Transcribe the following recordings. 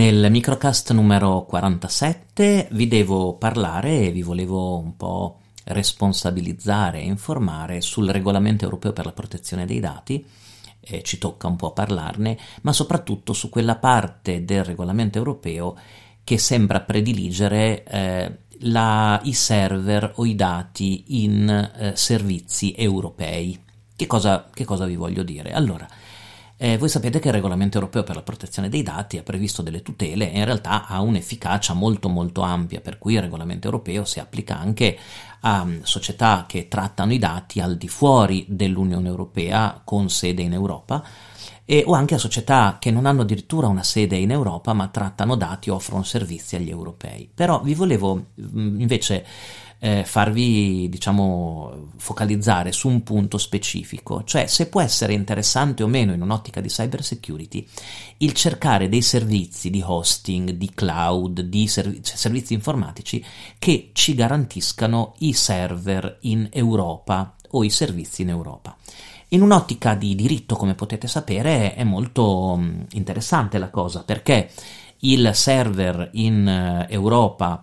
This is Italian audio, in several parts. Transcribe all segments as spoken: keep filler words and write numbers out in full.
Nel microcast numero quarantasette vi devo parlare e vi volevo un po' responsabilizzare e informare sul regolamento europeo per la protezione dei dati. Eh, ci tocca un po' parlarne, ma soprattutto su quella parte del regolamento europeo che sembra prediligere eh, la, i server o i dati in eh, servizi europei. Che cosa, che cosa vi voglio dire? Allora, Eh, voi sapete che il regolamento europeo per la protezione dei dati ha previsto delle tutele e in realtà ha un'efficacia molto molto ampia, per cui il regolamento europeo si applica anche a società che trattano i dati al di fuori dell'Unione Europea con sede in Europa e, o anche a società che non hanno addirittura una sede in Europa ma trattano dati o offrono servizi agli europei. Però vi volevo mh, invece Eh, farvi, diciamo, focalizzare su un punto specifico, cioè se può essere interessante o meno in un'ottica di cyber security il cercare dei servizi di hosting, di cloud, di serv- servizi informatici che ci garantiscano i server in Europa o i servizi in Europa. In un'ottica di diritto, come potete sapere, è molto mh, interessante la cosa, perché il server in uh, Europa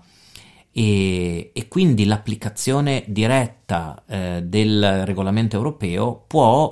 E, e quindi l'applicazione diretta eh, del regolamento europeo può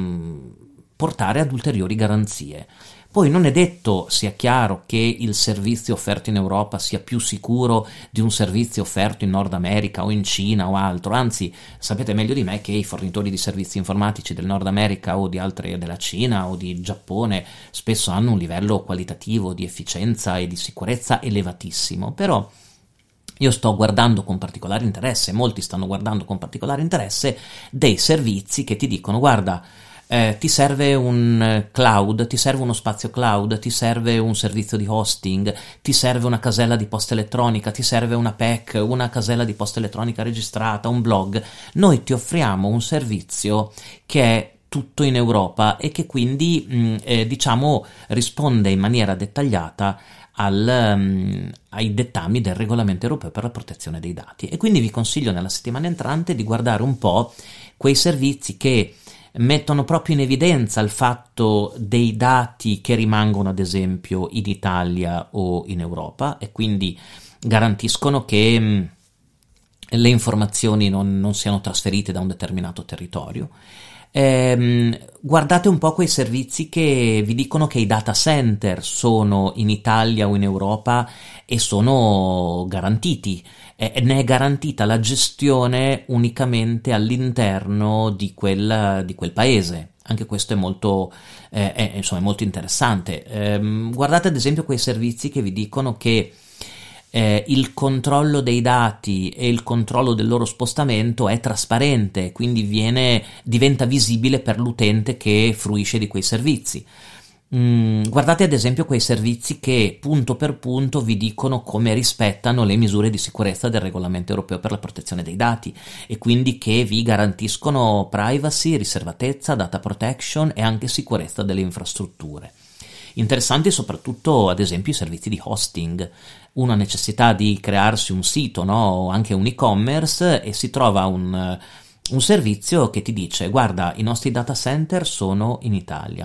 mh, portare ad ulteriori garanzie. Poi non è detto, sia chiaro, che il servizio offerto in Europa sia più sicuro di un servizio offerto in Nord America o in Cina o altro, anzi sapete meglio di me che i fornitori di servizi informatici del Nord America o di altre della Cina o di Giappone spesso hanno un livello qualitativo di efficienza e di sicurezza elevatissimo, però io sto guardando con particolare interesse, molti stanno guardando con particolare interesse dei servizi che ti dicono: guarda, eh, ti serve un cloud, ti serve uno spazio cloud, ti serve un servizio di hosting, ti serve una casella di posta elettronica, ti serve una P E C, una casella di posta elettronica registrata, un blog. Noi ti offriamo un servizio che è tutto in Europa e che quindi mh, eh, diciamo risponde in maniera dettagliata Al, um, ai dettami del regolamento europeo per la protezione dei dati. E quindi vi consiglio nella settimana entrante di guardare un po' quei servizi che mettono proprio in evidenza il fatto dei dati che rimangono ad esempio in Italia o in Europa e quindi garantiscono che um, le informazioni non, non siano trasferite da un determinato territorio. Eh, guardate un po' quei servizi che vi dicono che i data center sono in Italia o in Europa e sono garantiti, eh, ne è garantita la gestione unicamente all'interno di quel, di quel paese. Anche questo è molto, eh, è, insomma, è molto interessante. Eh, guardate ad esempio quei servizi che vi dicono che Eh, il controllo dei dati e il controllo del loro spostamento è trasparente, quindi viene, diventa visibile per l'utente che fruisce di quei servizi. Mm, guardate ad esempio quei servizi che punto per punto vi dicono come rispettano le misure di sicurezza del regolamento europeo per la protezione dei dati e quindi che vi garantiscono privacy, riservatezza, data protection e anche sicurezza delle infrastrutture. Interessanti soprattutto ad esempio i servizi di hosting. Uno ha necessità di crearsi un sito, no? O anche un e-commerce e si trova un, un servizio che ti dice: guarda, i nostri data center sono in Italia,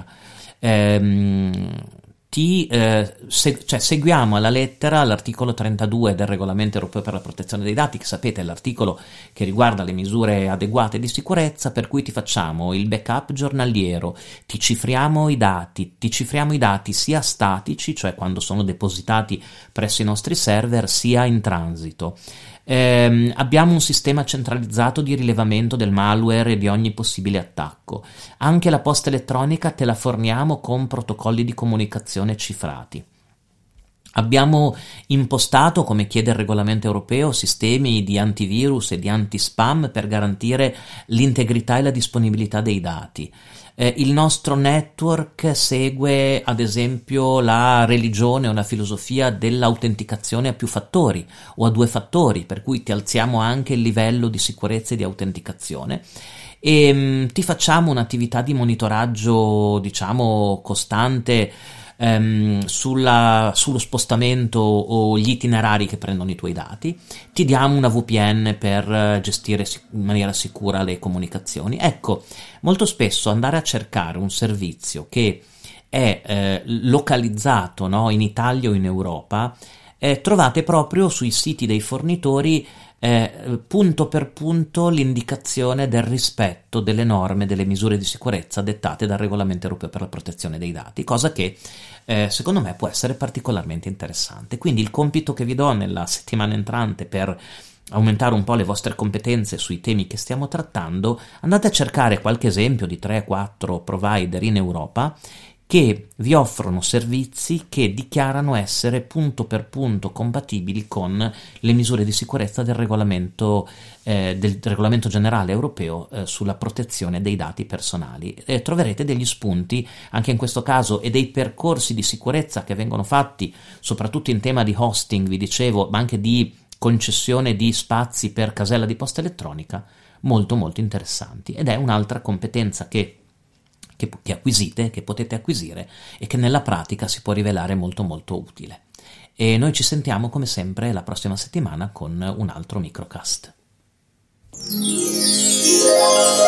ehm, ti, eh, se, cioè, seguiamo alla lettera l'articolo trentadue del regolamento europeo per la protezione dei dati, che sapete è l'articolo che riguarda le misure adeguate di sicurezza, per cui ti facciamo il backup giornaliero, ti cifriamo i dati, ti cifriamo i dati sia statici, cioè quando sono depositati presso i nostri server, sia in transito. Eh, abbiamo un sistema centralizzato di rilevamento del malware e di ogni possibile attacco. Anche la posta elettronica te la forniamo con protocolli di comunicazione cifrati. Abbiamo impostato, come chiede il regolamento europeo, sistemi di antivirus e di anti-spam per garantire l'integrità e la disponibilità dei dati. Eh, il nostro network segue ad esempio la religione o la filosofia dell'autenticazione a più fattori o a due fattori, per cui ti alziamo anche il livello di sicurezza e di autenticazione e mh, ti facciamo un'attività di monitoraggio, diciamo, costante ehm, sulla, sullo spostamento o gli itinerari che prendono i tuoi dati. Ti diamo una V P N per gestire in maniera sicura le comunicazioni. Ecco, molto spesso andare a cercare un servizio che è eh, localizzato, no, in Italia o in Europa, eh, trovate proprio sui siti dei fornitori eh, punto per punto l'indicazione del rispetto delle norme, delle misure di sicurezza dettate dal Regolamento Europeo per la protezione dei dati, cosa che eh, secondo me può essere particolarmente interessante. Quindi il compito che vi do nella settimana entrante per aumentare un po' le vostre competenze sui temi che stiamo trattando, andate a cercare qualche esempio di tre quattro provider in Europa che vi offrono servizi che dichiarano essere punto per punto compatibili con le misure di sicurezza del regolamento, eh, del regolamento generale europeo eh, sulla protezione dei dati personali. E troverete degli spunti anche in questo caso e dei percorsi di sicurezza che vengono fatti soprattutto in tema di hosting, vi dicevo, ma anche di concessione di spazi per casella di posta elettronica, molto molto interessanti, ed è un'altra competenza che Che, che acquisite, che potete acquisire e che nella pratica si può rivelare molto molto utile. E noi ci sentiamo come sempre la prossima settimana con un altro microcast.